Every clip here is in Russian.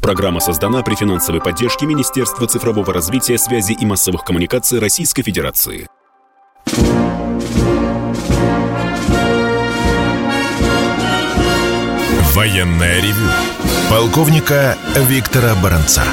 Программа создана при финансовой поддержке Министерства цифрового развития, связи и массовых коммуникаций Российской Федерации. Военное ревю полковника Виктора Баранца.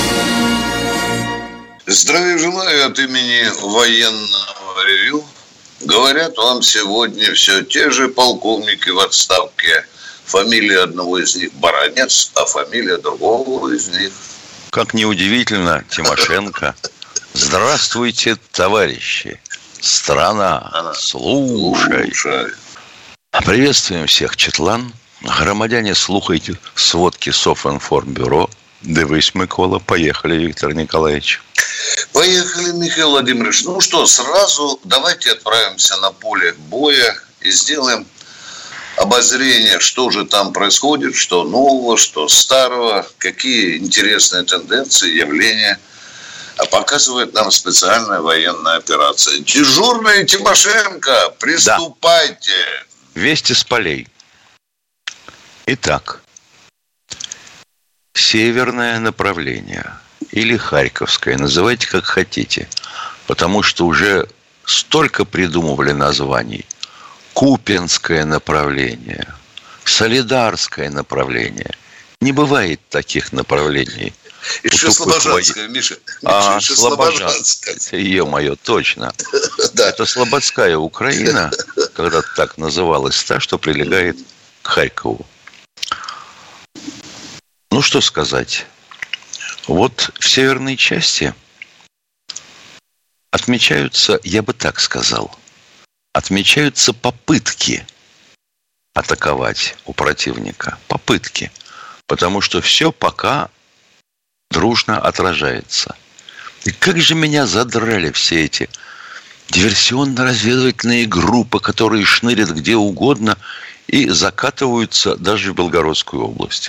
Здравия желаю от имени военного ревю. Говорят вам сегодня все те же полковники в отставке. Фамилия одного из них Баранец, а фамилия другого из них... Как неудивительно, Тимошенко. Здравствуйте, товарищи. Страна, слушай. Приветствуем всех, Четлан. Громадяне, слухайте сводки Софинформбюро. Дивись, Микола. Поехали, Виктор Николаевич. Поехали, Михаил Владимирович. Ну что, сразу давайте отправимся на поле боя и сделаем обозрение, что же там происходит, что нового, что старого, какие интересные тенденции, явления показывает нам специальная военная операция. Дежурный Тимошенко, приступайте. Да. Вести с полей. Итак, северное направление или Харьковское, называйте как хотите, потому что уже столько придумывали названий. Купянское направление, Солидарское направление. Не бывает таких направлений. Еще Слобожанское, Миша. Еще Слобожанское. Е-мое, точно. Да. Это Слободская Украина, когда-то так называлась, та, что прилегает к Харькову. Ну, что сказать. Вот в северной части отмечаются, я бы так сказал, отмечаются попытки атаковать у противника. Попытки. Потому что все пока дружно отражается. И как же меня задрали все эти диверсионно-разведывательные группы, которые шнырят где угодно и закатываются даже в Белгородскую область.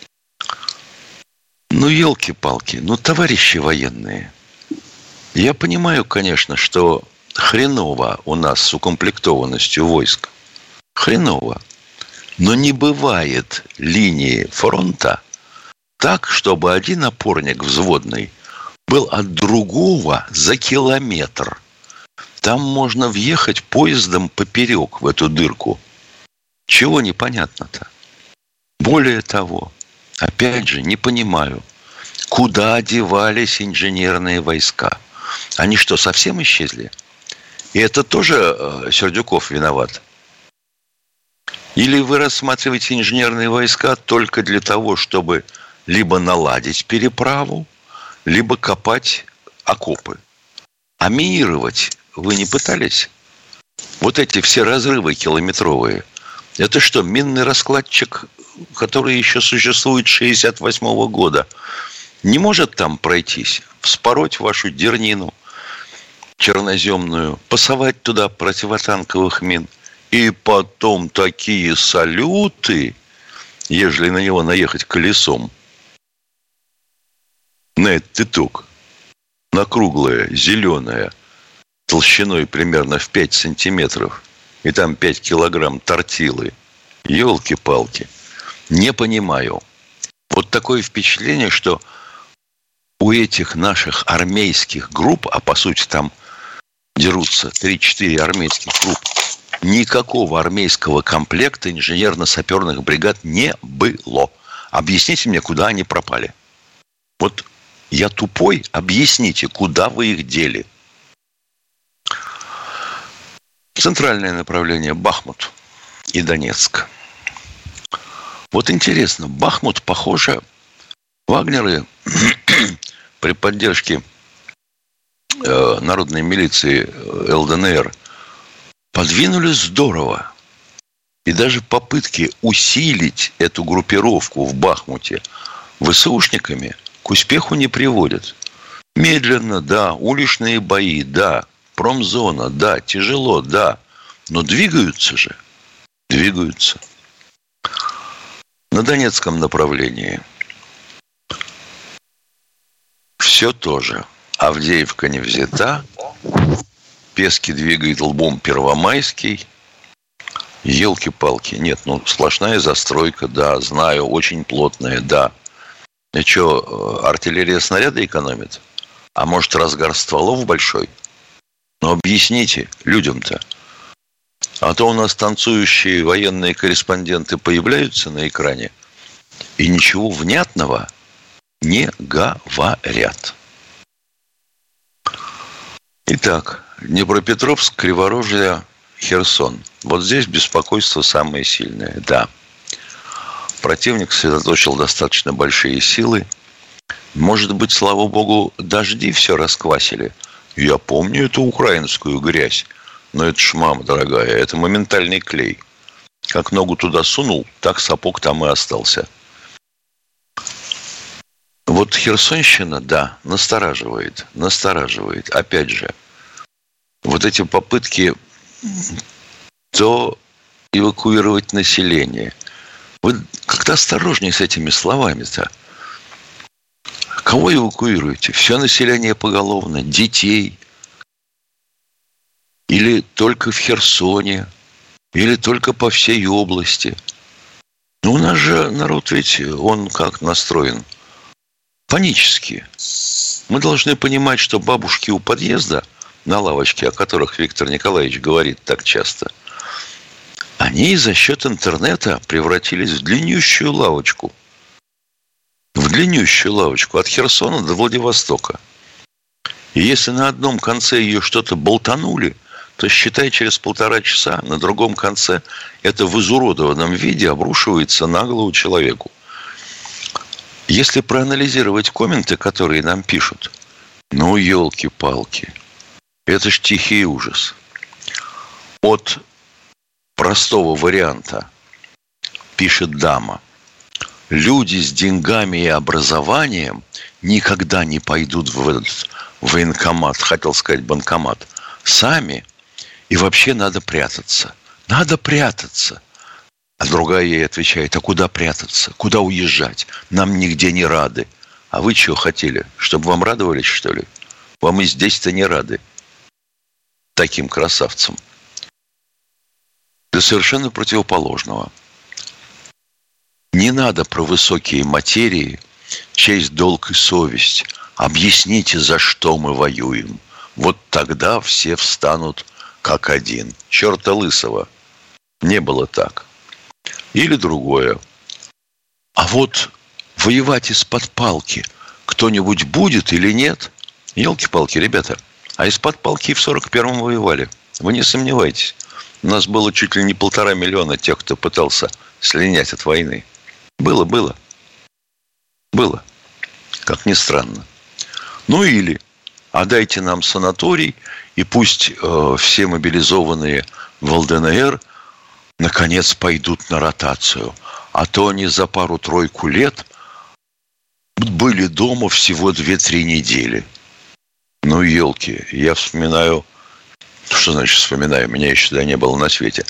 Ну, елки-палки, ну, товарищи военные. Я понимаю, конечно, что хреново у нас с укомплектованностью войск. Хреново. Но не бывает линии фронта так, чтобы один опорник взводный был от другого за километр. Там можно въехать поездом поперек в эту дырку. Чего непонятно-то? Более того, опять же, не понимаю, куда девались инженерные войска. Они что, совсем исчезли? И это тоже Сердюков виноват? Или вы рассматриваете инженерные войска только для того, чтобы либо наладить переправу, либо копать окопы? А минировать вы не пытались? Вот эти все разрывы километровые. Это что, минный раскладчик, который еще существует с 1968 года, не может там пройтись, вспороть вашу дернину черноземную, пасовать туда противотанковых мин, и потом такие салюты, ежели на него наехать колесом, на этот тыток, на круглое, зеленое, толщиной примерно в 5 сантиметров, и там 5 килограмм тортилы. Елки-палки. Не понимаю. Вот такое впечатление, что у этих наших армейских групп, а по сути там дерутся 3-4 армейских групп, никакого армейского комплекта инженерно-саперных бригад не было. Объясните мне, куда они пропали. Вот я тупой, объясните, куда вы их дели. Центральное направление Бахмут и Донецк. Вот интересно, Бахмут, похоже, вагнеры при поддержке народной милиции ЛДНР подвинулись здорово. И даже попытки усилить эту группировку в Бахмуте ВСУшниками к успеху не приводят. Медленно, да, уличные бои, да, промзона, да, тяжело, да, но двигаются же, двигаются. На Донецком направлении все то же. Авдеевка не взята, Пески двигает лбом Первомайский. Елки-палки. Нет, ну, сплошная застройка, да, знаю, очень плотная, да. И что, артиллерия снаряды экономит? А может, разгар стволов большой? Ну, объясните людям-то. А то у нас танцующие военные корреспонденты появляются на экране и ничего внятного не говорят. Итак, Днепропетровск, Криворожье, Херсон. Вот здесь беспокойство самое сильное, да. Противник сосредоточил достаточно большие силы. Может быть, слава богу, дожди все расквасили. Я помню эту украинскую грязь. Но это ж, мама дорогая, это моментальный клей. Как ногу туда сунул, так сапог там и остался. Вот Херсонщина, да, настораживает. Опять же, вот эти попытки то эвакуировать население. Вы как-то осторожнее с этими словами-то. Кого эвакуируете? Все население поголовно, детей. Или только в Херсоне, или только по всей области. Ну, у нас же народ ведь, он как настроен? Панически. Мы должны понимать, что бабушки у подъезда на лавочке, о которых Виктор Николаевич говорит так часто, они за счет интернета превратились в длиннющую лавочку. От Херсона до Владивостока. И если на одном конце ее что-то болтанули, то, считай, через 1,5 часа на другом конце это в изуродованном виде обрушивается на голову человеку. Если проанализировать комменты, которые нам пишут, ну, елки-палки, это ж тихий ужас. От простого варианта пишет дама: люди с деньгами и образованием никогда не пойдут в этот военкомат, хотел сказать банкомат, сами, и вообще надо прятаться. А другая ей отвечает: а куда прятаться? Куда уезжать? Нам нигде не рады. А вы чего хотели? Чтобы вам радовались, что ли? Вам и здесь-то не рады. Таким красавцам. До совершенно противоположного. Не надо про высокие материи, честь, долг и совесть. Объясните, за что мы воюем. Вот тогда все встанут как один. Черта лысого. Не было так. Или другое. А вот воевать из-под палки кто-нибудь будет или нет? Елки-палки, ребята. А из-под палки в 41-м воевали. Вы не сомневайтесь. У нас было чуть ли не 1,5 миллиона тех, кто пытался слинять от войны. Было. Как ни странно. Ну или отдайте нам санаторий, и пусть все мобилизованные в ЛДНР наконец пойдут на ротацию. А то они за 2-3 лет были дома всего 2-3 недели. Ну, елки, я вспоминаю... Что значит вспоминаю? Меня еще тогда не было на свете.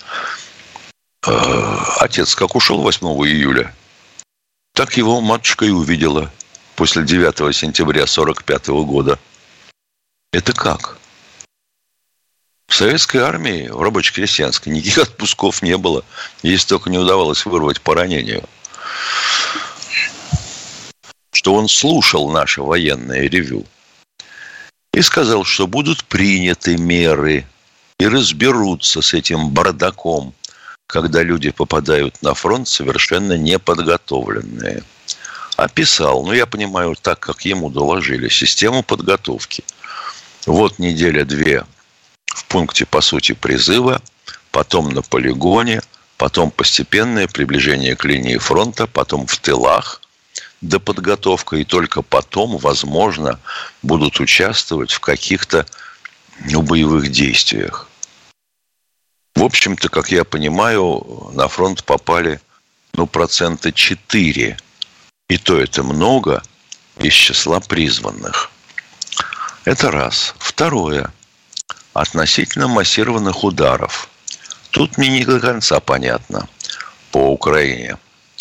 Отец как ушел 8 июля, так его матушка и увидела после 9 сентября 1945 года. Это как? В советской армии, в рабоче-крестьянской, никаких отпусков не было, если только не удавалось вырвать по ранению. Что он слушал наше военное ревю и сказал, что будут приняты меры и разберутся с этим бардаком, когда люди попадают на фронт совершенно неподготовленные. Описал, я понимаю, так, как ему доложили, систему подготовки. Вот 1-2 недели в пункте, по сути, призыва, потом на полигоне, потом постепенное приближение к линии фронта, потом в тылах доподготовка, и только потом, возможно, будут участвовать в каких-то боевых действиях. В общем-то, как я понимаю, на фронт попали 4%. И то это много из числа призванных. Это раз. Второе. Относительно массированных ударов. Тут мне не до конца понятно по Украине.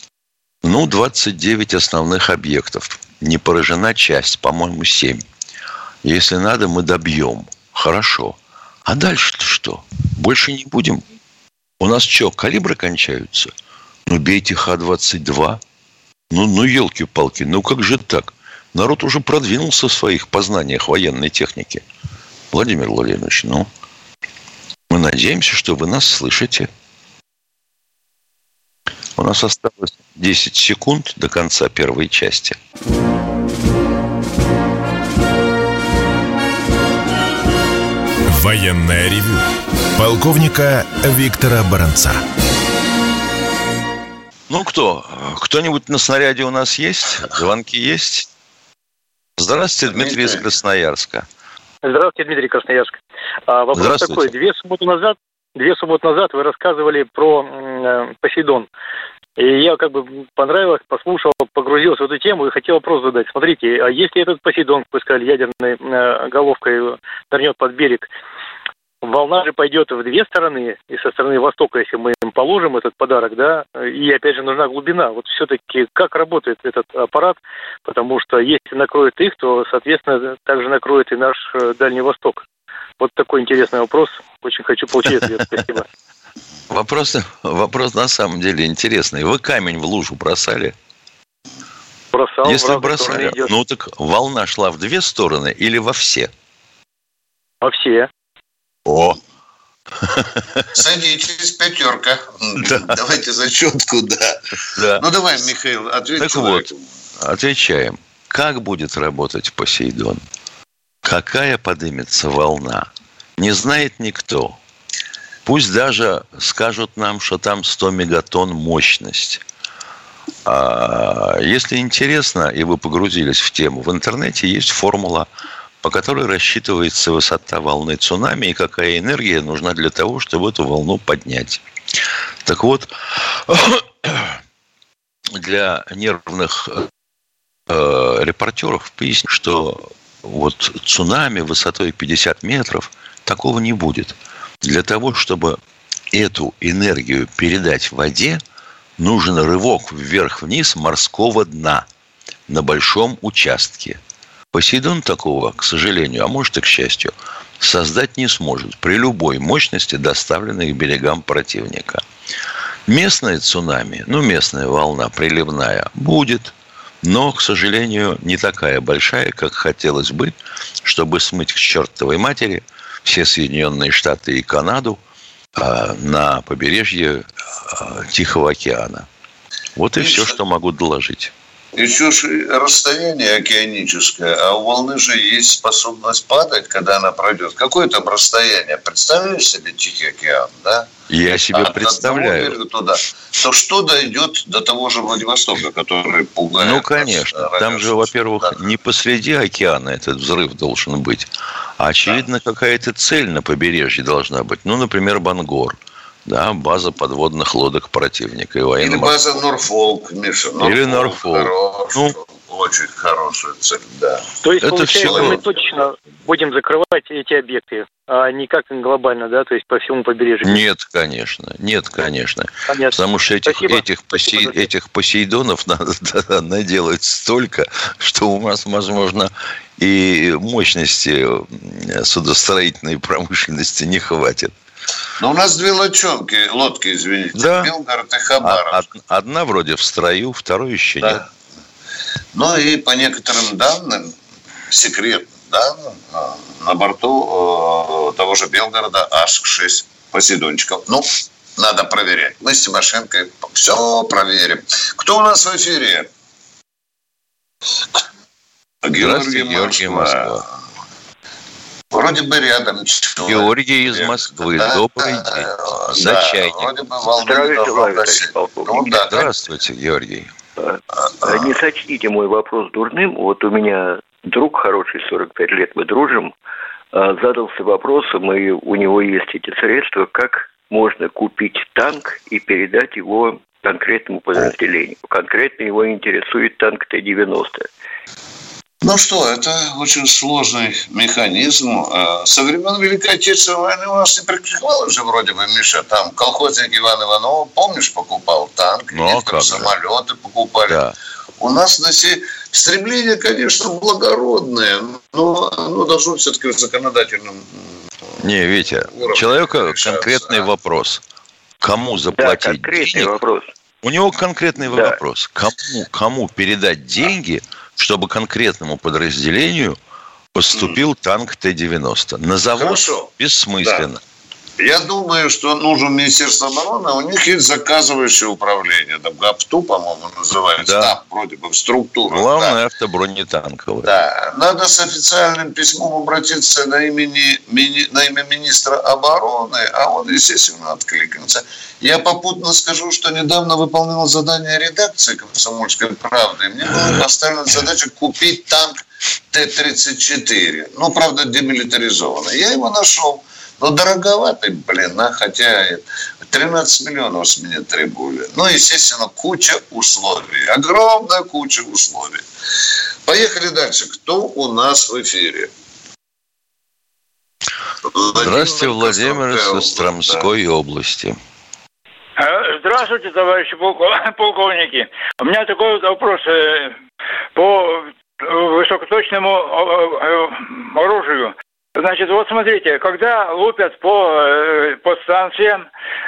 29 основных объектов. Не поражена часть, по-моему, 7. Если надо, мы добьем. Хорошо. А дальше-то что? Больше не будем? У нас что, калибры кончаются? Бейте Х-22. Ну, елки-палки, ну как же так? Народ уже продвинулся в своих познаниях военной техники. Владимир Владимирович, мы надеемся, что вы нас слышите. У нас осталось 10 секунд до конца первой части. Военное ревю полковника Виктора Баранца. Кто-нибудь на снаряде у нас есть? Звонки есть? Здравствуйте, Дмитрий из Красноярска. Здравствуйте, Дмитрий, Красноярск. Вопрос такой. Две субботы назад вы рассказывали про Посейдон. И я понравилось, послушал, погрузился в эту тему и хотел вопрос задать. Смотрите, а если этот Посейдон, как вы сказали, ядерной головкой нырнет под берег, волна же пойдет в две стороны, и со стороны востока, если мы им положим этот подарок, да, и опять же нужна глубина. Вот все-таки как работает этот аппарат, потому что если накроет их, то, соответственно, также накроет и наш Дальний Восток. Вот такой интересный вопрос. Очень хочу получить ответ. Спасибо. Вопрос на самом деле интересный. Вы камень в лужу бросали? Бросал. Если бросали, так волна шла в две стороны или во все? Во все. О! Садитесь, пятерка. Да. Давайте зачетку, да. Давай, Михаил, ответь. Так вот, отвечаем. Как будет работать Посейдон? Какая поднимется волна? Не знает никто. Пусть даже скажут нам, что там 100 мегатонн мощность. Если интересно, и вы погрузились в тему, в интернете есть формула, по которой рассчитывается высота волны цунами и какая энергия нужна для того, чтобы эту волну поднять. Так вот, для нервных репортеров поясню, что вот цунами высотой 50 метров, такого не будет. Для того, чтобы эту энергию передать в воде, нужен рывок вверх-вниз морского дна на большом участке. Посейдон такого, к сожалению, а может и к счастью, создать не сможет при любой мощности, доставленной к берегам противника. Местное цунами, местная волна приливная будет, но, к сожалению, не такая большая, как хотелось бы, чтобы смыть к чертовой матери все Соединенные Штаты и Канаду на побережье Тихого океана. Вот и все, что могу доложить. Еще же расстояние океаническое, а у волны же есть способность падать, когда она пройдет. Какое там расстояние? Представляешь себе Тихий океан, да? Я себе представляю. Туда, то что дойдет до того же Владивостока, который пугает? Конечно. Там же, во-первых, не посреди океана этот взрыв должен быть, а, очевидно, какая-то цель на побережье должна быть. Например, Бангор. Да, база подводных лодок противника. Или база Норфолк, Миша. Или Норфолк. Очень хорошая цель, да. То есть, получается, мы точно будем закрывать эти объекты, а не как глобально, да, то есть по всему побережью? Нет, конечно. Понятно. Потому что этих Посейдонов надо наделать столько, что у нас, возможно, и мощности судостроительной промышленности не хватит. Но у нас две лодки, извините, да. Белгород и Хабаровск. Одна вроде в строю, второй еще нет. И по некоторым данным, секретным данным, на борту того же Белгорода аж 6 посейдончиков. Надо проверять. Мы с Тимошенко все проверим. Кто у нас в эфире? Георгий, Москва. Вроде бы рядом. Георгий из Москвы. Добрый день. За чайник. Здравствуйте, Георгий. Не сочтите мой вопрос дурным. Вот у меня друг хороший, 45 лет мы дружим, задался вопросом, и у него есть эти средства, как можно купить танк и передать его конкретному подразделению. Конкретно его интересует танк Т-90. Это очень сложный механизм. Со времен Великой Отечественной войны у нас не прикрывалось же вроде бы, Миша. Там колхозник Иван Иванов, помнишь, покупал танк, самолеты покупали. Да. У нас стремление, конечно, благородное, но оно должно все-таки в законодательном Витя, у человека конкретный вопрос. Кому заплатить денег? Вопрос. У него конкретный вопрос. Кому передать деньги, чтобы конкретному подразделению поступил танк Т-90? На завод бессмысленно. Да. Я думаю, что нужно Министерство обороны, у них есть заказывающее управление, там ГАПТУ, по-моему, называется, там вроде бы структура. Главное автобронетанковое. Да, надо с официальным письмом обратиться на имя министра обороны, а он, естественно, откликнется. Я попутно скажу, что недавно выполнял задание редакции «Комсомольской правды», и мне была поставлена задача купить танк Т-34, правда, демилитаризованный. Я его нашел. Дороговатый, хотя 13 миллионов с меня требовали. Естественно, куча условий. Огромная куча условий. Поехали дальше. Кто у нас в эфире? Здравствуйте, Владимир из Костромской области. Здравствуйте, товарищи полковники. У меня такой вопрос по высокоточному оружию. Значит, вот смотрите, когда лупят по станциям,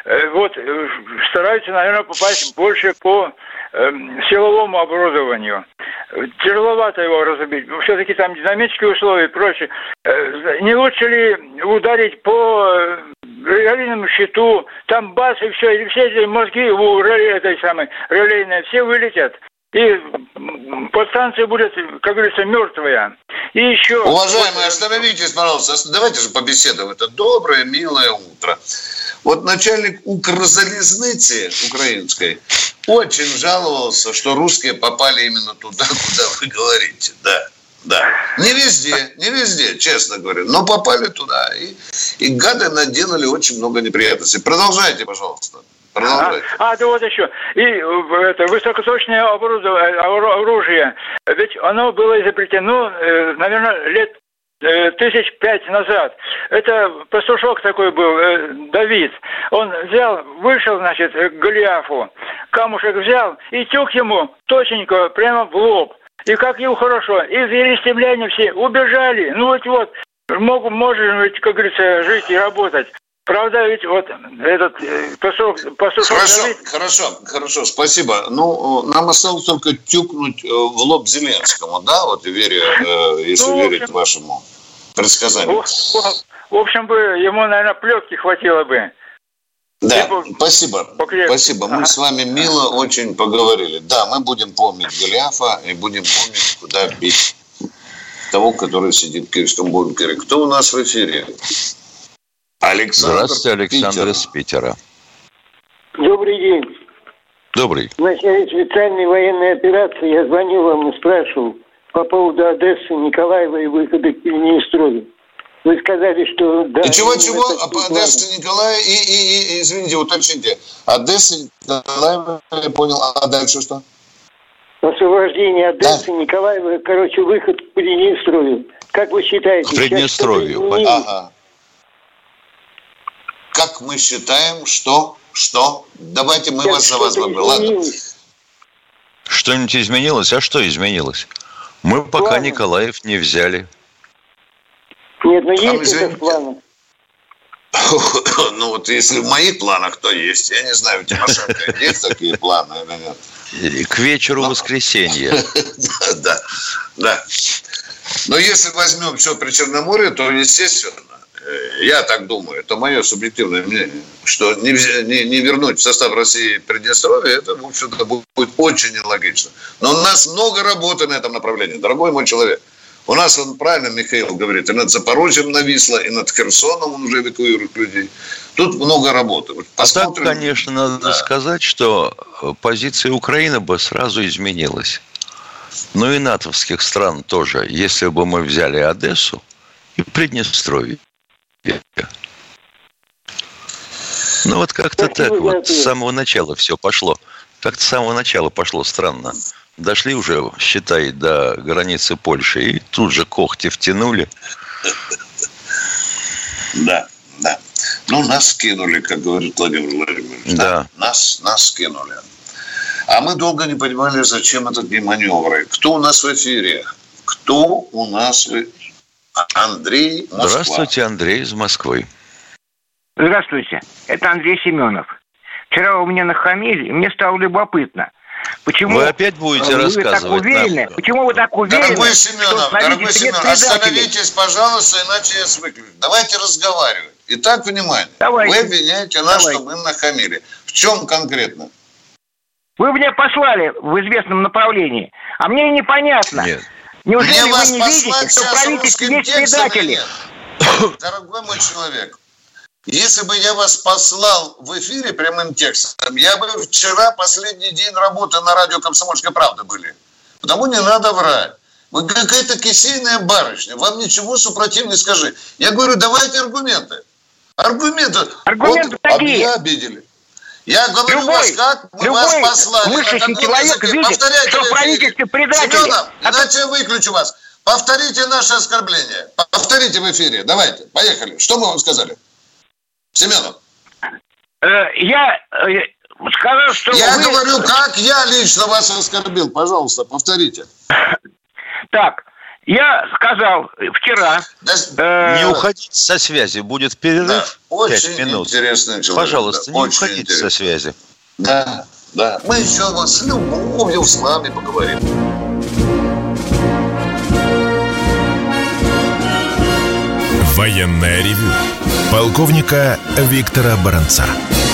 стараются, наверное, попасть больше по силовому оборудованию. Тяжеловато его разубить. Все-таки там динамические условия и прочее. Не лучше ли ударить по релейному щиту, там бац и все эти мозги у этой самой релейной все вылетят. И подстанция будет, как говорится, мертвая. И еще... Уважаемые, остановитесь, пожалуйста. Давайте же побеседуем. Это доброе, милое утро. Начальник Укрзалезницы украинской очень жаловался, что русские попали именно туда, куда вы говорите. Да. Не везде, честно говоря. Но попали туда. И гады наделали очень много неприятностей. Продолжайте, пожалуйста. Да вот еще. И высокоточное оружие, ведь оно было изобретено, наверное, лет 5,000 назад. Это пастушок такой был, Давид. Он вышел, значит, к Голиафу, камушек взял и тюк ему точненько прямо в лоб. И как ему хорошо. И филистимляне все убежали. Можем ведь, как говорится, жить и работать. Правда, ведь этот пастушок... Хорошо, спасибо. Нам осталось только тюкнуть в лоб Зеленскому, да, если верить вашему предсказанию. В общем, ему, наверное, плетки хватило бы. Да, спасибо. Мы с вами мило очень поговорили. Да, мы будем помнить Голиафа и будем помнить, куда бить того, который сидит в Киевском бункере. Кто у нас в эфире? Здравствуйте, Александр из Питера. Добрый день. Добрый. В начале специальной военной операции я звонил вам и спрашивал по поводу Одессы, Николаева и выхода к Приднестровью. Вы сказали, что... Да, и чего? Одесса, Николаева и извините, уточните. Одесса, Николаева, я понял. А дальше что? Освобождение Одессы, Николаева, выход к Приднестровью. Как вы считаете? К Приднестровью. Ага. Как мы считаем, что? Давайте мы вас за вас выберем. Ладно. Что-нибудь изменилось? А что изменилось? Мы пока Николаев не взяли. Нет, есть это в планах. Если в моих планах, то есть. Я не знаю, у Тимошенко есть такие планы или нет. К вечеру воскресенья. Да. Но если возьмем все при Черноморье, то, естественно, я так думаю, это мое субъективное мнение, что не вернуть в состав России Приднестровье, это, в общем-то, будет очень нелогично. Но у нас много работы на этом направлении, дорогой мой человек. У нас, правильно Михаил говорит, и над Запорожьем нависло, и над Херсоном он уже эвакуирует людей. Тут много работы. Посмотрим. Так, конечно, надо сказать, что позиция Украины бы сразу изменилась. Но и натовских стран тоже, если бы мы взяли Одессу и Приднестровье. Как-то так. С самого начала все пошло. Как-то с самого начала пошло странно. Дошли уже, считай, до границы Польши, и тут же когти втянули. Да. Нас скинули, как говорит Владимир Владимирович. Да. Нас скинули. А мы долго не понимали, зачем этот маневры. Кто у нас в эфире? Андрей, Москва. Здравствуйте, Андрей из Москвы. Здравствуйте, это Андрей Семенов. вчера вы мне нахамили, и мне стало любопытно. Почему вы опять будете рассказывать? Так уверены? Почему вы так уверены? Дорогой Семен, остановитесь, пожалуйста, иначе я выключу. Давайте разговаривать. Итак, внимание. Давайте. Вы обвиняете нас, что мы нахамили. В чем конкретно? Вы меня послали в известном направлении, а мне непонятно. Нет. Неужели вы не видите, что в правительстве есть предатели? Дорогой мой человек, если бы я вас послал в эфире прямым текстом, я бы вчера последний день работы на радио «Комсомольская правда» были. Потому не надо врать. Вы какая-то кисейная барышня. Вам ничего супротив не скажи. Я говорю, давайте аргументы. Аргументы вот, такие. Меня обидели. Я говорю вас, как мы вас послали. Мыслящий человек видит, что в правительстве предатели. Семенов, иначе я выключу вас. Повторите наше оскорбление. Повторите в эфире. Давайте, поехали. Что мы вам сказали? Семенов. Я сказал, что я говорю, как я лично вас оскорбил. Пожалуйста, повторите. Так, я сказал вчера... Не уходите со связи. Будет перерыв 5 минут. Интересный человек. Пожалуйста, не уходите со связи. Да. Мы еще с любовью с вами поговорим. Военное ревю полковника Виктора Баранца.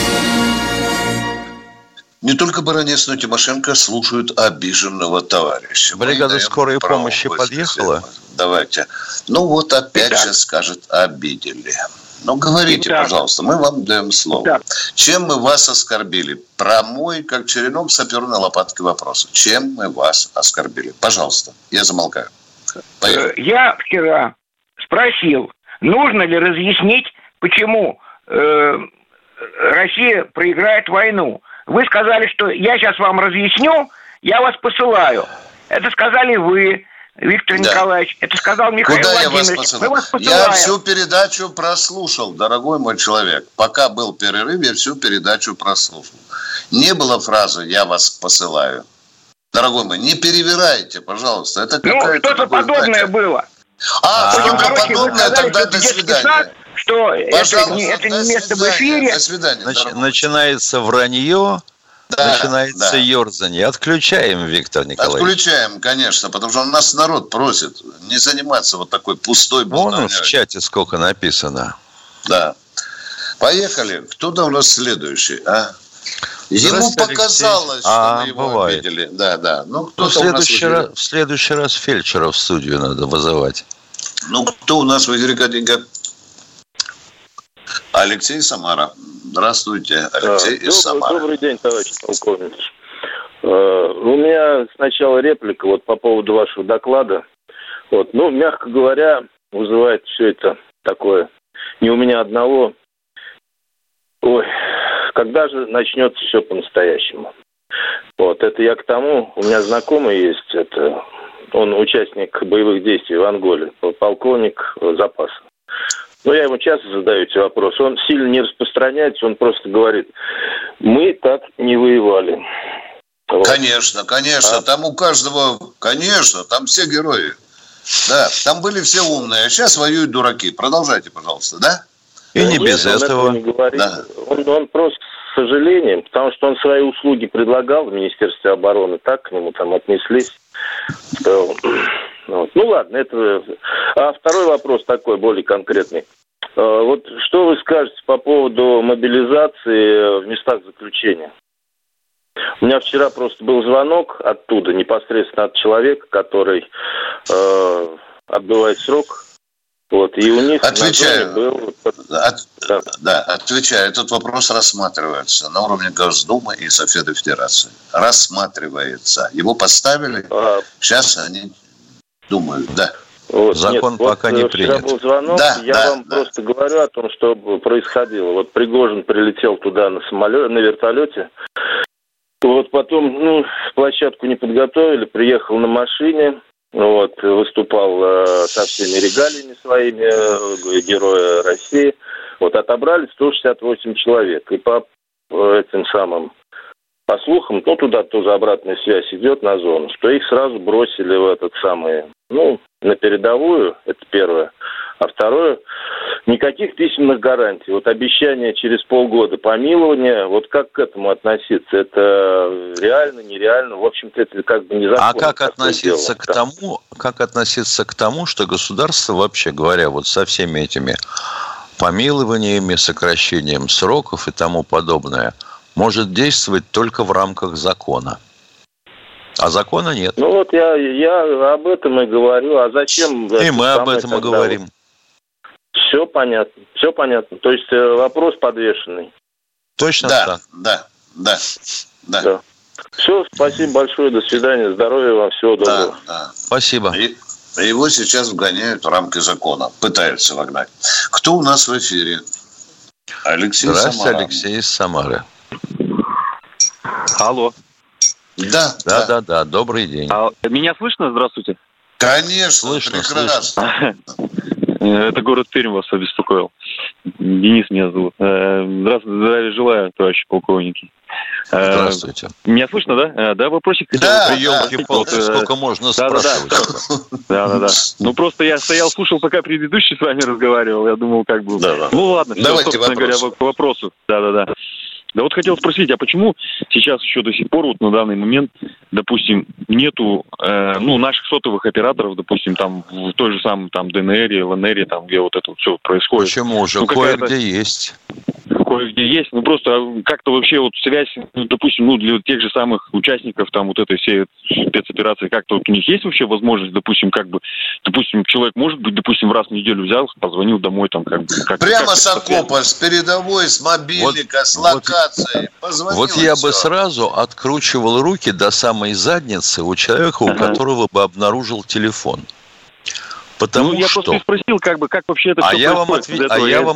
Не только Баранец, но и Тимошенко слушают обиженного товарища. Бригада скорой помощи подъехала? Давайте. Вот опять же скажет, обидели. Говорите, пожалуйста, мы вам даем слово. Чем мы вас оскорбили? Прямой, как черенок саперной лопаткой вопрос. Чем мы вас оскорбили? Пожалуйста, я замолкаю. Поехали. Я вчера спросил, нужно ли разъяснить, почему Россия проиграет войну. Вы сказали, что я сейчас вам разъясню, я вас посылаю. Это сказали вы, Виктор Николаевич. Это сказал Михаил Владимирович. Мы вас посылаем. Я всю передачу прослушал, дорогой мой человек. Пока был перерыв, я всю передачу прослушал. Не было фразы «я вас посылаю». Дорогой мой, не перевирайте, пожалуйста. Это какая-то что-то подобное было. Что-то подобное, тогда до свидания. Что это не место в эфире. До свидания. Начинается вранье, начинается ерзание. Отключаем, Виктор Николаевич. Отключаем, конечно, потому что нас народ просит не заниматься вот такой пустой болтовней. Вон в чате сколько написано. Да. Поехали. Кто там у нас следующий, Ему показалось, что мы его обидели. Да. В следующий раз фельдшера в студию надо вызывать. Кто у нас в эфире, Катенька? Алексей Самара. Здравствуйте, Алексей из Самары. Добрый день, товарищ полковник. У меня сначала реплика по поводу вашего доклада. Мягко говоря, вызывает все это такое не у меня одного. Когда же начнется все по-настоящему? Это я к тому, у меня знакомый есть, он участник боевых действий в Анголе, полковник запаса. Я ему часто задаю эти вопросы, он сильно не распространяется, он просто говорит, мы так не воевали. Конечно, там у каждого, конечно, там все герои. Да, там были все умные, а сейчас воюют дураки. Продолжайте, пожалуйста, да? И не без этого. Не говорит. Да. Он просто с сожалением, потому что он свои услуги предлагал в Министерстве обороны, так к нему там отнеслись. Ладно, это... А второй вопрос такой, более конкретный. Что вы скажете по поводу мобилизации в местах заключения? У меня вчера просто был звонок оттуда, непосредственно от человека, который отбывает срок. И у них отвечаю. Был... Отвечаю. Этот вопрос рассматривается на уровне Госдумы и Совета Федерации. Рассматривается. Его поставили. Сейчас они думают, да. Закон пока не принят. Вчера был звонок, я вам просто говорю о том, что происходило. Пригожин прилетел туда на вертолете. Потом, площадку не подготовили, приехал на машине. Выступал со всеми регалиями своими, героя России. Отобрали 168 человек. И по слухам, туда тоже обратная связь идет на зону, что их сразу бросили в на передовую, это первое. А второе, Никаких письменных гарантий. Вот обещание через полгода помилования, вот как к этому относиться? Это реально, нереально? В общем-то, это как бы незаконно. А как относиться к тому, что государство, вообще говоря, вот со всеми этими помилованиями, сокращением сроков и тому подобное, может действовать только в рамках закона? А закона нет. Ну вот я об этом и говорю. А зачем? И мы об этом и говорим. Все понятно. То есть вопрос подвешенный. Точно так. Да. Все, спасибо большое, до свидания, здоровья вам, всего доброго. Да. Спасибо. Его сейчас вгоняют в рамки закона, пытаются вогнать. Кто у нас в эфире? Алексей Самара. Здравствуйте, Алексей из Самары. Алло. Да. Добрый день. Меня слышно? Здравствуйте. Конечно, слышно. Это город Пермь вас обеспокоил. Денис меня зовут. Здравствуйте, здравия желаю, товарищи полковники. Здравствуйте. Меня слышно, да? Да, вопросик. Сколько можно спрашивать? Да. Ну, просто я стоял, слушал, пока предыдущий с вами разговаривал. Я думал, как бы... Ну, ладно, все, собственно говоря, к вопросу. Да. Да вот хотел спросить, а почему сейчас еще до сих пор, вот на данный момент, допустим, нету, наших сотовых операторов, допустим, там, в той же самой, там, ДНР, ЛНР, там, где вот это вот все происходит? Почему же? Кое-где есть. Кое-где есть, просто как-то вообще вот связь, допустим, для тех же самых участников там вот этой всей спецоперации, как-то вот у них есть вообще возможность, допустим, человек может быть, допустим, раз в неделю взял, позвонил домой там, прямо с окопа, с передовой, с мобильника, с локацией. Вот я бы сразу откручивал руки до самой задницы у человека, у которого бы обнаружил телефон. Потому я что... просто спросил, как вообще это все происходит.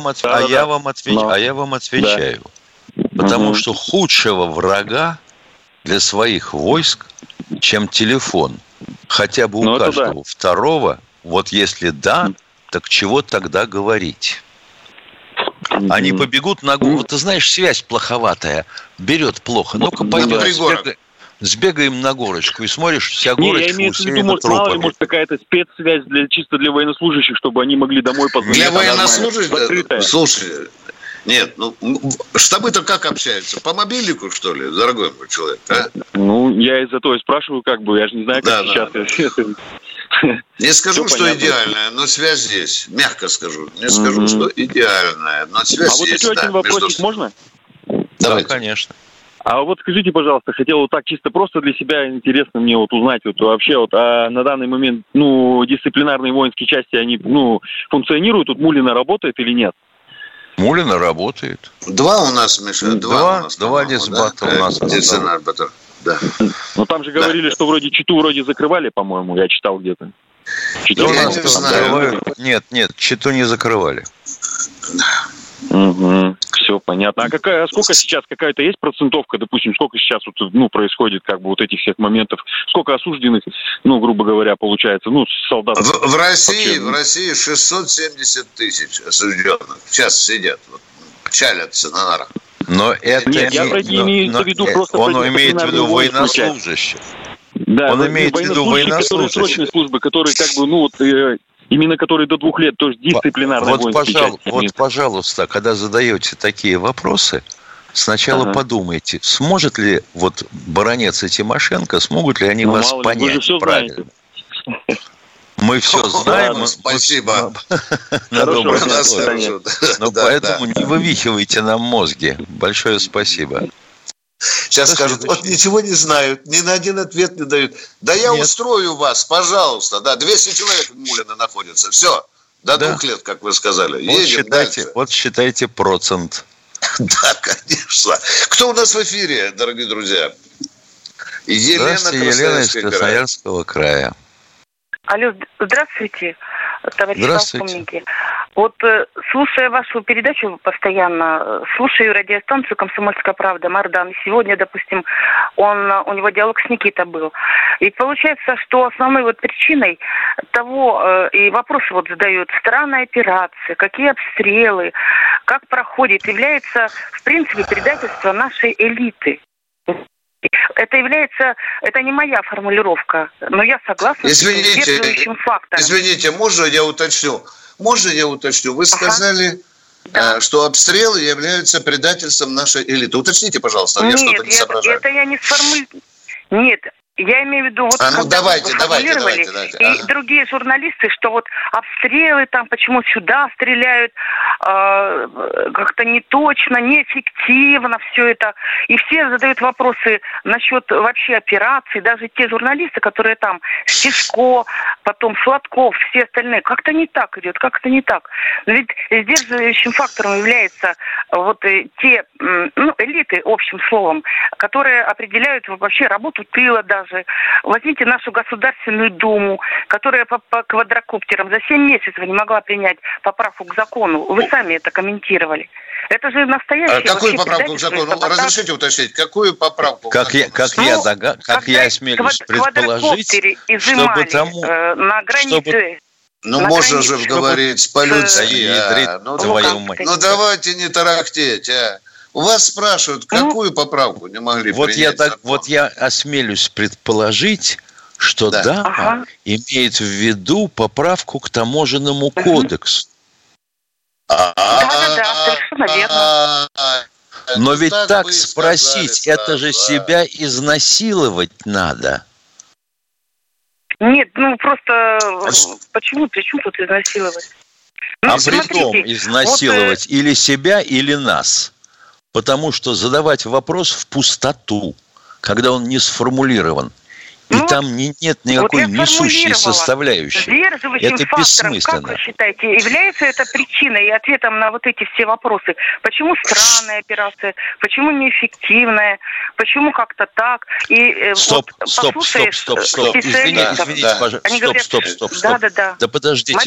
А я вам отвечаю. Да. Потому что худшего врага для своих войск, чем телефон, хотя бы у каждого второго, вот если так чего тогда говорить? Они побегут на гору. Ты знаешь, связь плоховатая, берет плохо. Ну-ка, пойдем, сбегаем на горочку и смотришь, вся горочка усеяна трупами. Я имею в виду, мало ли, может, какая-то спецсвязь чисто для военнослужащих, чтобы они могли домой позвонить. Для военнослужащих? Слушай, нет, штабы-то как общаются? По мобильнику, что ли, дорогой мой человек? А? Я из-за того и спрашиваю, я же не знаю, как сейчас. Не скажу, что идеальная, но связь есть. Мягко скажу. Не скажу, что идеальная, но связь есть. А вот еще один вопросик можно? Да, конечно. А вот скажите, пожалуйста, хотел вот так чисто просто для себя интересно мне вот узнать вот вообще вот на данный момент, дисциплинарные воинские части, они, функционируют, тут Мулина работает или нет? Мулина работает. Два у нас, Миша, два дисбата у нас. Дисциплинарбата, да. Ну там же говорили, что вроде Читу закрывали, по-моему, я читал где-то. Нет, Читу не закрывали. Угу, все понятно. А сколько сейчас, какая-то есть процентовка, допустим, сколько сейчас происходит вот этих всех моментов, сколько осужденных, грубо говоря, получается, солдат? В России 670 тысяч осужденных сейчас сидят, чалятся на нарах. Но это имею в виду просто... Он имеет в виду военнослужащих. Да, он имеет в виду военнослужащих. Срочной службы, которые именно которые до 2 лет, то есть дисциплинарные воинские части. Вот, пожалуйста, когда задаете такие вопросы, сначала подумайте, сможет ли баронец и Тимошенко, смогут ли они вас понять правильно? Мы все знаем. Спасибо. На доброе настроение. Но поэтому не вывихивайте нам мозги. Большое спасибо. Сейчас скажут, ничего не знают, ни на один ответ не дают. Да я устрою вас, пожалуйста. Да, 200 человек в Мулино находится. Все, до 2 лет, как вы сказали. Едем дальше. Считайте процент. Да, конечно. Кто у нас в эфире, дорогие друзья? Елена из Красноярского края. Алло, здравствуйте, товарищи полковники. Вот слушая вашу передачу постоянно, слушаю радиостанцию «Комсомольская правда», Мардан. И сегодня, допустим, у него диалог с Никитой был. И получается, что основной причиной того, и вопросы задают, странная операция, какие обстрелы, как проходит, является, в принципе, предательство нашей элиты. Это не моя формулировка, но я согласна с сдерживающим фактором. Извините, можно я уточню? Вы сказали, что обстрелы являются предательством нашей элиты. Уточните, пожалуйста, я что-то не соображаю. Это я не сформулирую. Нет. Я имею в виду, давайте. И другие журналисты, что вот обстрелы там, почему сюда стреляют, как-то не точно, неэффективно все это. И все задают вопросы насчет вообще операций, даже те журналисты, которые там, Стешко, потом Сладков, все остальные. Как-то не так идет, как-то не так. Но ведь сдерживающим фактором являются вот те, элиты, общим словом, которые определяют вообще работу тыла даже. Возьмите нашу Государственную Думу, которая по квадрокоптерам за 7 месяцев не могла принять поправку к закону. Вы сами это комментировали. Это же настоящее... Какую поправку к закону? Разрешите уточнить, какую поправку? Как я осмелюсь предположить, чтобы тому... на границе... можно же говорить по-людски. Давайте не тарахтеть, У вас спрашивают, какую поправку не могли принять? Вот я осмелюсь предположить, что имеет в виду поправку к таможенному кодексу. Совершенно верно. Но ведь так спросить, это же себя изнасиловать надо. Нет, просто почему тут изнасиловать? Притом изнасиловать или себя, или нас. Потому что задавать вопрос в пустоту, когда он не сформулирован, и там нет никакой несущей составляющей. Это бессмысленно. Как вы считаете, является это причиной и ответом на вот эти все вопросы? Почему странная операция? Почему неэффективная? Почему как-то так? И Стоп. Извините, пожалуйста. Стоп. Да подождите.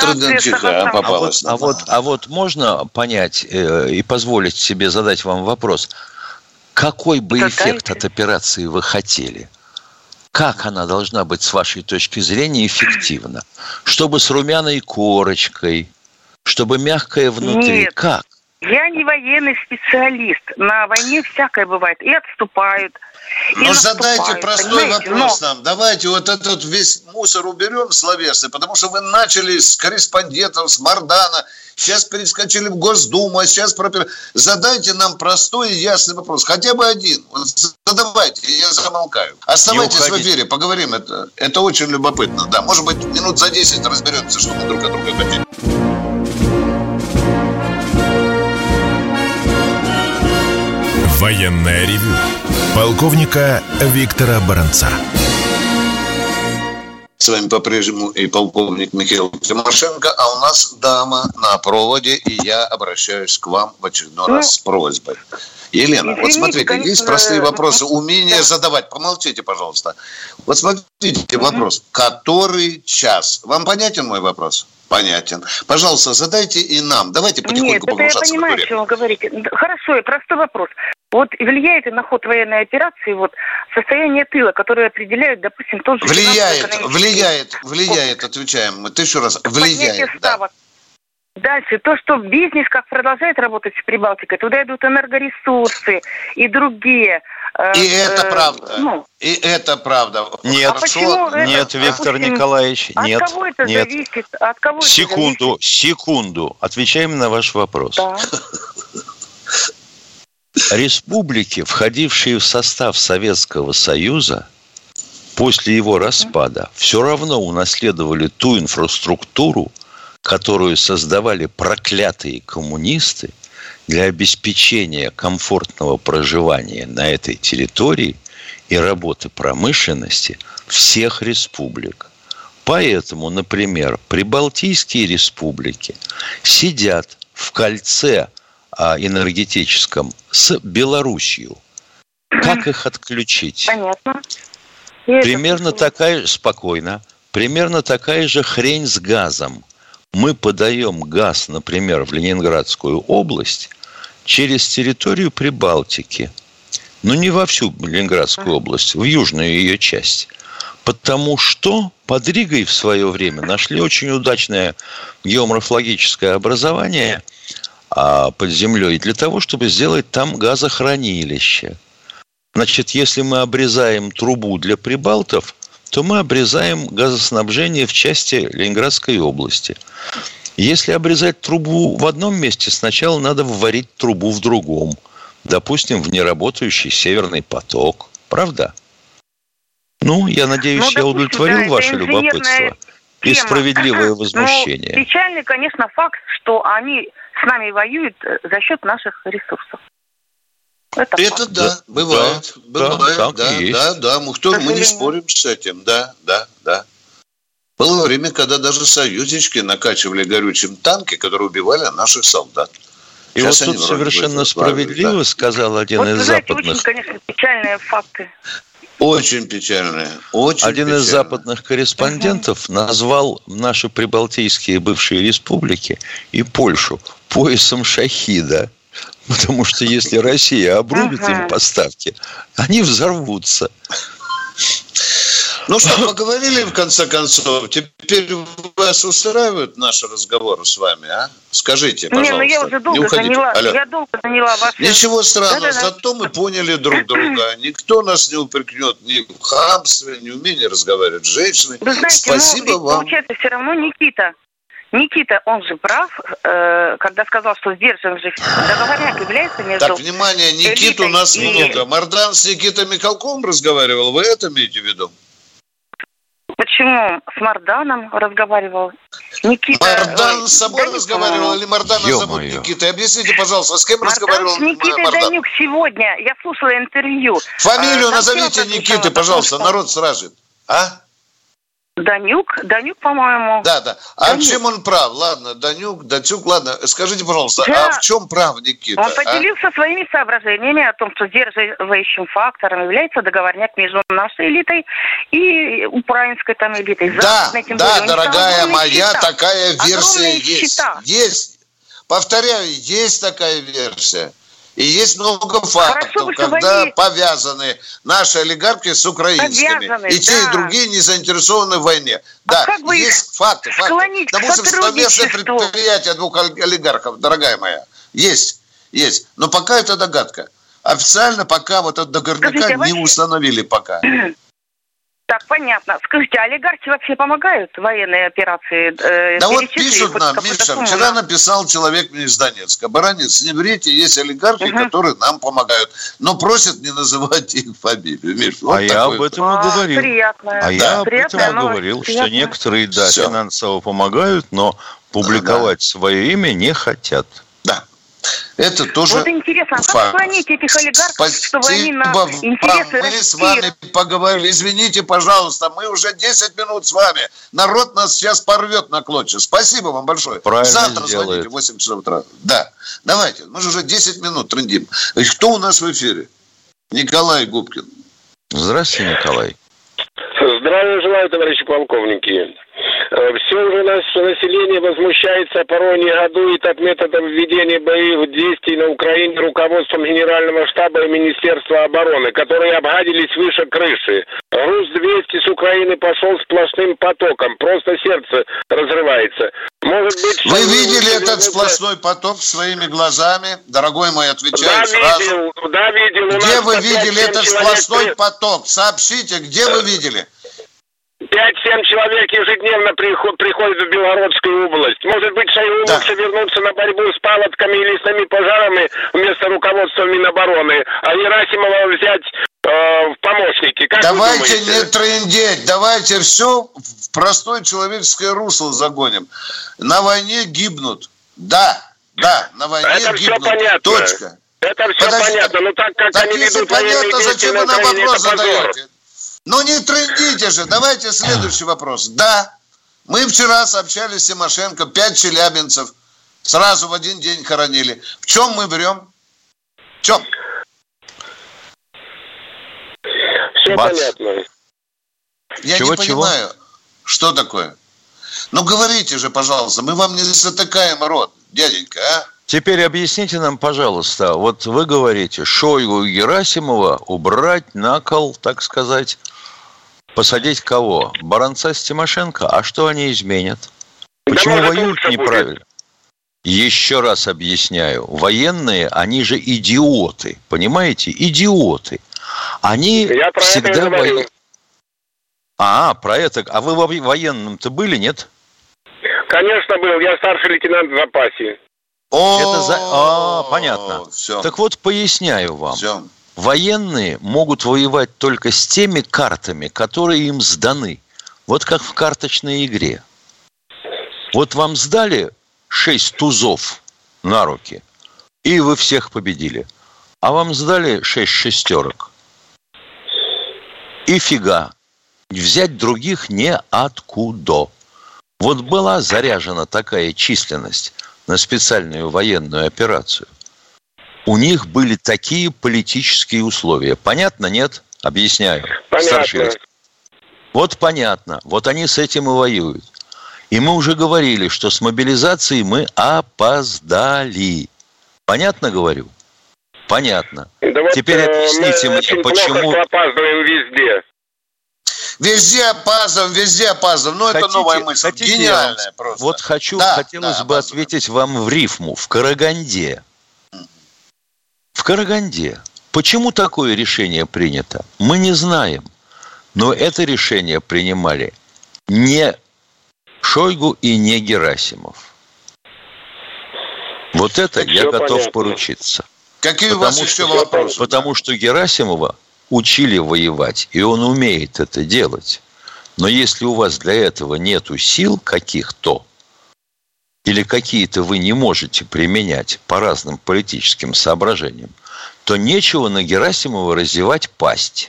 А вот можно понять и позволить себе задать вам вопрос, какой бы эффект от операции вы хотели? Как она должна быть, с вашей точки зрения, эффективна? Чтобы с румяной корочкой, чтобы мягкое внутри. Нет, как? Я не военный специалист. На войне всякое бывает. И отступают. Задайте простой вопрос нам. Давайте вот этот весь мусор уберем словесный, потому что вы начали с корреспондентов, с Мардана, сейчас перескочили в Госдуму, а сейчас задайте нам простой и ясный вопрос. Хотя бы один. Задавайте, я замолкаю. Оставайтесь в эфире, поговорим. Это очень любопытно. Да, может быть, минут за 10 разберемся, что мы друг от друга хотим. Военное ревю полковника Виктора Баранца. С вами по-прежнему и полковник Михаил Тимошенко, а у нас дама на проводе, и я обращаюсь к вам в очередной раз с просьбой. Елена, вот смотрите, конечно, есть простые вопросы, умение задавать. Помолчите, пожалуйста. Вот смотрите, вопрос. Который час? Вам понятен мой вопрос? Понятен. Пожалуйста, задайте и нам. Давайте потихоньку погружаться. Нет, я понимаю, о чем вы говорите. Хорошо, простой вопрос. Вот влияет ли на ход военной операции состояние тыла, которое определяет, допустим, тот же... Влияет, отвечаем мы. Ты еще раз. Влияет, да. Дальше, то, что бизнес как продолжает работать с Прибалтикой, туда идут энергоресурсы и другие... И это правда. Нет, Виктор Николаевич, нет. От кого это зависит? От кого Секунду. Отвечаем на ваш вопрос. Да. Республики, входившие в состав Советского Союза, после его распада, все равно унаследовали ту инфраструктуру, которую создавали проклятые коммунисты для обеспечения комфортного проживания на этой территории и работы промышленности всех республик. Поэтому, например, прибалтийские республики сидят в кольце энергетическом с Белоруссией. Как их отключить? Понятно. Примерно такая же хрень с газом. Мы подаем газ, например, в Ленинградскую область через территорию Прибалтики. Но не во всю Ленинградскую область, в южную ее часть. Потому что под Ригой в свое время нашли очень удачное геоморфологическое образование под землей для того, чтобы сделать там газохранилище. Значит, если мы обрезаем трубу для прибалтов, то мы обрезаем газоснабжение в части Ленинградской области. Если обрезать трубу в одном месте, сначала надо вварить трубу в другом. Допустим, в неработающий Северный поток. Правда? Ну, я надеюсь, я удовлетворил ваше любопытство и справедливое возмущение. Ну, печальный, конечно, факт, что они с нами воюют за счет наших ресурсов. Это да, бывает. Да. Мы не спорим с этим. Да. Было время, когда даже союзнички накачивали горючим танки, которые убивали наших солдат. И сейчас вот тут совершенно справедливо сказал один из западных... Очень, конечно, печальные факты. Очень печальные. Один из западных корреспондентов назвал наши прибалтийские бывшие республики и Польшу поясом шахида. Потому что если Россия обрубит им поставки, они взорвутся. Ну что, поговорили в конце концов. Теперь вас устраивают наши разговоры с вами, а? Скажите, пожалуйста. Я уже долго заняла ваши... Ничего странного, зато мы поняли друг друга. Никто нас не упрекнет ни в хамстве, ни в умении разговаривать с женщиной. Вы знаете, спасибо вам. Получается, все равно Никита, он же прав, когда сказал, что сдерживаем же договорняк является между... Так, внимание, Никит у нас много. Мардан с Никитой Михалковым разговаривал, вы это имеете в виду? Почему с Марданом разговаривал? Мардан с собой разговаривал или Мардана зовут Никита? Объясните, пожалуйста, с кем разговаривал Мардан? С Никитой Данюк сегодня. Я слушала интервью. Фамилию назовите Никиты, пожалуйста, народ сразу. А? Данюк, по-моему. Да. А в чем он прав? Ладно, Датюк, ладно. Скажите, пожалуйста, а в чем прав Никита? Он поделился своими соображениями о том, что сдерживающим фактором является договорняк между нашей элитой и украинской там элитой. Да, дорогая моя, такая версия есть. Есть. Повторяю, есть такая версия. И есть много фактов, когда повязаны наши олигархи с украинскими. И те, и другие не заинтересованы в войне. Да, есть факты. Допустим, совместное предприятие двух олигархов, дорогая моя. Есть. Но пока это догадка. Официально пока вот от договорняка не установили пока. Так, понятно. Скажите, олигархи вообще помогают в военной операции? Да вот пишут нам, Миша, вчера написал человек мне из Донецка. Баранец, не врите, есть олигархи, которые нам помогают. Но просят не называть их фамилию. Миш, вот я об этом и говорил. Приятно. Я об этом и говорил, что некоторые, финансово помогают, но публиковать свое имя не хотят. Да. Это тоже вот интересно, факт. А как склонить этих олигархов, чтобы они на интересы Мы с вами поговорили. Извините, пожалуйста, мы уже 10 минут с вами. Народ нас сейчас порвет на клочья. Спасибо вам большое. Правильно завтра сделает. Звоните в 8 часов утра. Да, давайте. Мы же уже 10 минут трындим. Кто у нас в эфире? Николай Губкин. Здравствуйте, Николай. Здравия желаю, товарищи полковники. Все уже наше население возмущается, порой негодует от методов введения боевых действий на Украине руководством Генерального штаба и Министерства обороны, которые обгадились выше крыши. Груз-200 с Украины пошел сплошным потоком. Просто сердце разрывается. Может быть, вы видели этот сплошной поток своими глазами? Дорогой мой, отвечаю сразу. Да, видел. Где вы видели этот сплошной поток? Сообщите, где вы видели? 5-7 человек ежедневно приходят в Белгородскую область. Может быть, Шойгу лучше вернуться на борьбу с паводками и лесными пожарами вместо руководства Минобороны, а Герасимова взять в помощники. Как давайте не трындеть, давайте все в простое человеческое русло загоним. На войне гибнут. Да, на войне это гибнут. Все понятно. Точка. Это все понятно, но так как они ведут военные действия, зачем вы нам вопрос задаете? Ну не трындите же. Давайте следующий вопрос. Да, мы вчера сообщали с Тимошенко 5 челябинцев. Сразу в один день хоронили. В чем мы врем? В чем? Все понятно. Я не понимаю, что такое. Ну говорите же, пожалуйста. Мы вам не затыкаем рот, дяденька, а? Теперь объясните нам, пожалуйста, вот вы говорите, Шойгу и Герасимова убрать на кол, так сказать, посадить кого? Баранца с Тимошенко? А что они изменят? Почему воюют неправильно? Еще раз объясняю. Военные, они же идиоты, понимаете? Идиоты. Они Я про всегда это и говорю. Про это. А вы военным-то были, нет? Конечно, был. Я старший лейтенант в запасе. Понятно. Все. Так вот, поясняю вам. Все. Военные могут воевать только с теми картами, которые им сданы. Вот как в карточной игре. Вот вам сдали 6 тузов на руки, и вы всех победили. А вам сдали 6 шестерок. И фига. Взять других неоткуда. Вот была заряжена такая численность на специальную военную операцию. У них были такие политические условия. Понятно, нет? Объясняю. Понятно. Вот понятно. Вот они с этим и воюют. И мы уже говорили, что с мобилизацией мы опоздали. Понятно говорю? Понятно. Да вот, теперь объясните мне, почему... Мы опаздываем везде. Везде опаздываем. Ну, это новая мысль. Гениальная просто. Вот хотелось бы ответить вам в рифму. В Караганде. Почему такое решение принято? Мы не знаем. Но это решение принимали не Шойгу и не Герасимов. Вот это так я готов понятно. Поручиться. Какие у вас еще вопросы? Потому что Герасимова учили воевать, и он умеет это делать. Но если у вас для этого нету сил каких-то, или какие-то вы не можете применять по разным политическим соображениям, то нечего на Герасимова разевать пасть.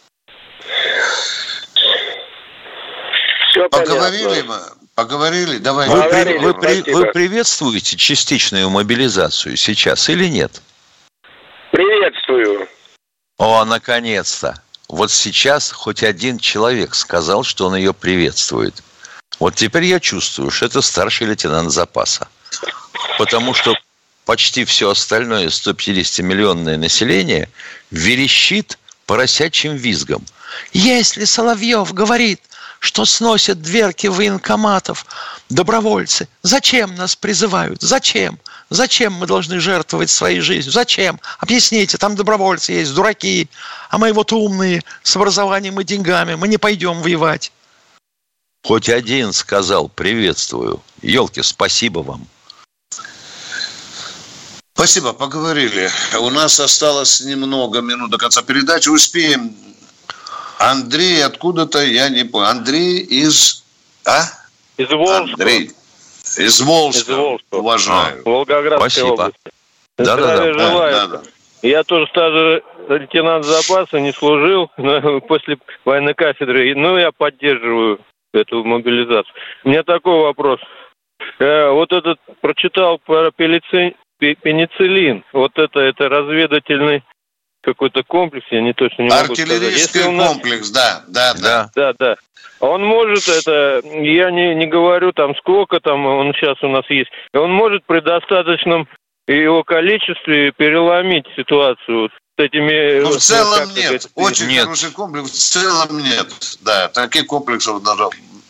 Поговорили, давай. Вы приветствуете частичную мобилизацию сейчас или нет? Приветствую. Наконец-то. Вот сейчас хоть один человек сказал, что он ее приветствует. Вот теперь я чувствую, что это старший лейтенант запаса. Потому что почти все остальное 150-миллионное население верещит поросячьим визгом. Если Соловьев говорит, что сносят дверки военкоматов добровольцы, зачем нас призывают? Зачем? Зачем мы должны жертвовать своей жизнью? Зачем? Объясните, там добровольцы есть, дураки, а мы вот умные, с образованием и деньгами, мы не пойдем воевать. Хоть один сказал приветствую. Елки, спасибо вам. Спасибо, поговорили. У нас осталось немного минут до конца передачи. Успеем. Андрей откуда-то, я не понял. Андрей из... Из Волжска. Андрей. Из Волжска. Уважаю. Волгоградской области. Здравия желаю. Да. Я тоже старший лейтенант запаса, не служил после военной кафедры. Но я поддерживаю эту мобилизацию. У меня такой вопрос. Вот этот прочитал про пенициллин. Вот это разведывательный какой-то комплекс, я не точно не могу сказать. Артиллерийский комплекс, да. Он может я не говорю там сколько там он сейчас у нас есть, он может при достаточном его количестве переломить ситуацию с этими... в целом нет. Очень хороший комплекс, в целом нет. Да, таких комплексов даже...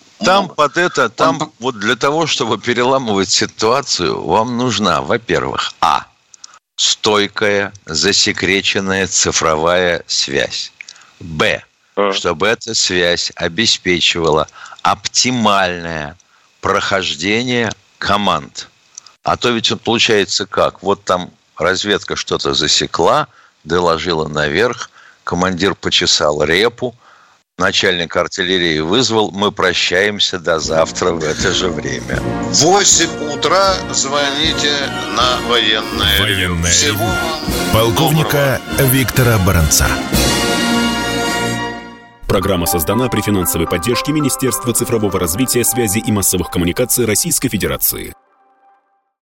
Вот для того, чтобы переламывать ситуацию, вам нужна, во-первых, стойкая, засекреченная цифровая связь. Б. Чтобы эта связь обеспечивала оптимальное прохождение команд. А то ведь получается как? Вот там разведка что-то засекла, доложила наверх, командир почесал репу, начальник артиллерии вызвал, мы прощаемся до завтра в это же время. В 8 утра звоните на военное. Всего полковника Виктора Баранца. Программа создана при финансовой поддержке Министерства цифрового развития, связи и массовых коммуникаций Российской Федерации.